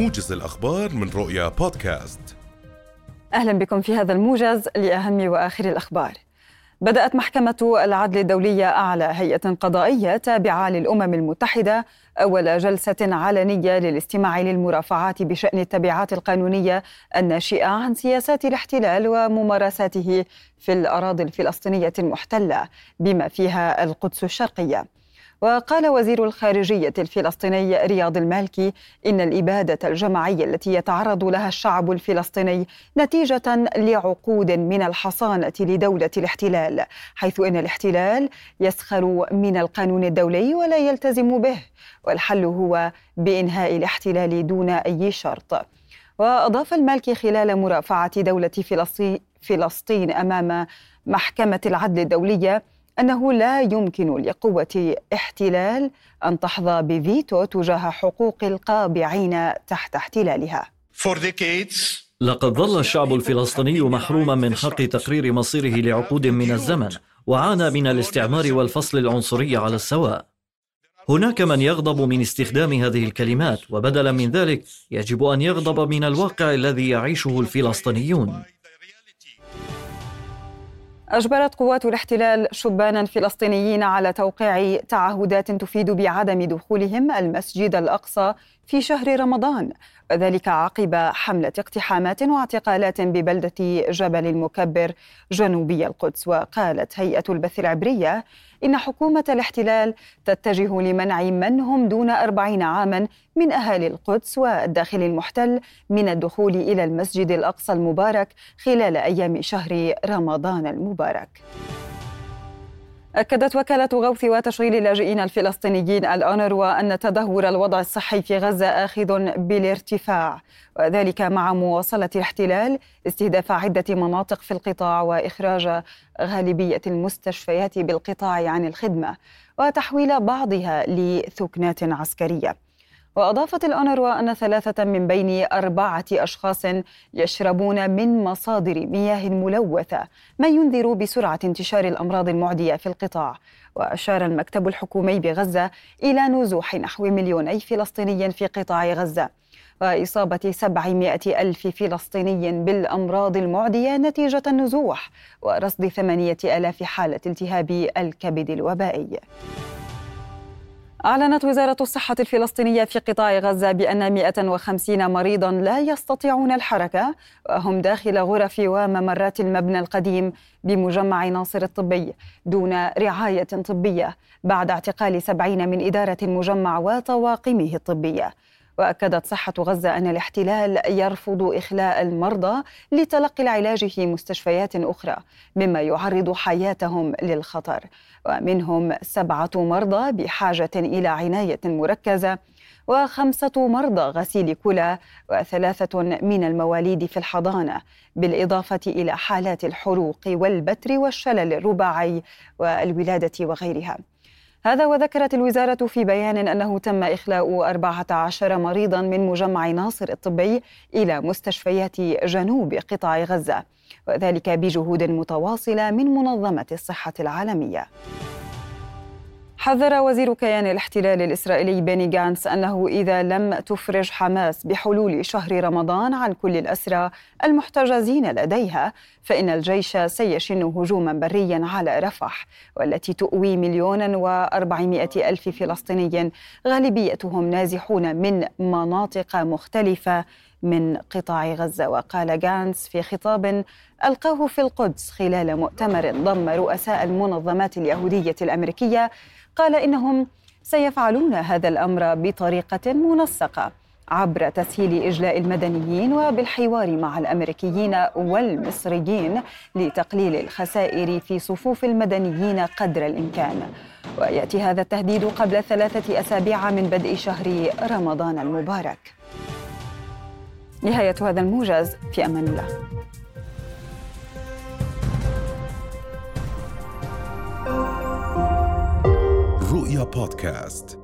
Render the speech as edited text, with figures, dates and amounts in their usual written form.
موجز الأخبار من رؤيا بودكاست. أهلا بكم في هذا الموجز لأهم وآخر الأخبار. بدأت محكمة العدل الدولية أعلى هيئة قضائية تابعة للأمم المتحدة أول جلسة علنية للاستماع للمرافعات بشأن التبعات القانونية الناشئة عن سياسات الاحتلال وممارساته في الأراضي الفلسطينية المحتلة بما فيها القدس الشرقية. وقال وزير الخارجية الفلسطيني رياض المالكي إن الإبادة الجماعية التي يتعرض لها الشعب الفلسطيني نتيجة لعقود من الحصانة لدولة الاحتلال، حيث إن الاحتلال يسخر من القانون الدولي ولا يلتزم به، والحل هو بإنهاء الاحتلال دون أي شرط. وأضاف المالكي خلال مرافعة دولة فلسطين أمام محكمة العدل الدولية أنه لا يمكن لقوة احتلال أن تحظى بفيتو تجاه حقوق القابعين تحت احتلالها. لقد ظل الشعب الفلسطيني محروما من حق تقرير مصيره لعقود من الزمن، وعانى من الاستعمار والفصل العنصري على السواء. هناك من يغضب من استخدام هذه الكلمات، وبدلا من ذلك يجب أن يغضب من الواقع الذي يعيشه الفلسطينيون. أجبرت قوات الاحتلال شبانا فلسطينيين على توقيع تعهدات تفيد بعدم دخولهم المسجد الأقصى في شهر رمضان، وذلك عقب حملة اقتحامات واعتقالات ببلدة جبل المكبر جنوبي القدس. وقالت هيئة البث العبرية إن حكومة الاحتلال تتجه لمنع من هم دون 40 عاما من أهالي القدس والداخل المحتل من الدخول إلى المسجد الأقصى المبارك خلال أيام شهر رمضان المبارك. أكدت وكالة غوث وتشغيل اللاجئين الفلسطينيين الأونروا أن تدهور الوضع الصحي في غزة آخذ بالارتفاع، وذلك مع مواصلة الاحتلال استهداف عدة مناطق في القطاع وإخراج غالبية المستشفيات بالقطاع عن الخدمة وتحويل بعضها لثكنات عسكرية. وأضافت الأونروا أن 3 من بين 4 أشخاص يشربون من مصادر مياه ملوثة، ما ينذر بسرعة انتشار الأمراض المعدية في القطاع. وأشار المكتب الحكومي بغزة إلى نزوح نحو 2,000,000 فلسطيني في قطاع غزة، وإصابة 700,000 فلسطيني بالأمراض المعدية نتيجة النزوح، ورصد 8,000 حالة التهاب الكبد الوبائي. أعلنت وزارة الصحة الفلسطينية في قطاع غزة بأن 150 مريضاً لا يستطيعون الحركة وهم داخل غرف وممرات المبنى القديم بمجمع ناصر الطبي دون رعاية طبية بعد اعتقال 70 من إدارة المجمع وطواقمه الطبية. وأكدت صحة غزة أن الاحتلال يرفض إخلاء المرضى لتلقي العلاج في مستشفيات أخرى، مما يعرض حياتهم للخطر، ومنهم 7 مرضى بحاجة إلى عناية مركزة، و5 مرضى غسيل كلى، و3 من المواليد في الحضانة، بالإضافة إلى حالات الحروق والبتر والشلل الرباعي والولادة وغيرها. هذا وذكرت الوزارة في بيان أنه تم إخلاء 14 مريضاً من مجمع ناصر الطبي إلى مستشفيات جنوب قطاع غزة، وذلك بجهود متواصلة من منظمة الصحة العالمية. حذر وزير كيان الاحتلال الإسرائيلي بيني غانتس أنه إذا لم تفرج حماس بحلول شهر رمضان عن كل الأسرى المحتجزين لديها، فإن الجيش سيشن هجوما بريا على رفح، والتي تؤوي 1,400,000 فلسطيني غالبيتهم نازحون من مناطق مختلفة من قطاع غزة. وقال غانتس في خطاب ألقاه في القدس خلال مؤتمر ضم رؤساء المنظمات اليهودية الأمريكية، قال إنهم سيفعلون هذا الأمر بطريقة منسقة عبر تسهيل إجلاء المدنيين وبالحوار مع الأمريكيين والمصريين لتقليل الخسائر في صفوف المدنيين قدر الإمكان. ويأتي هذا التهديد قبل 3 أسابيع من بدء شهر رمضان المبارك. نهاية هذا الموجز، في أمان الله. رؤيا بودكاست.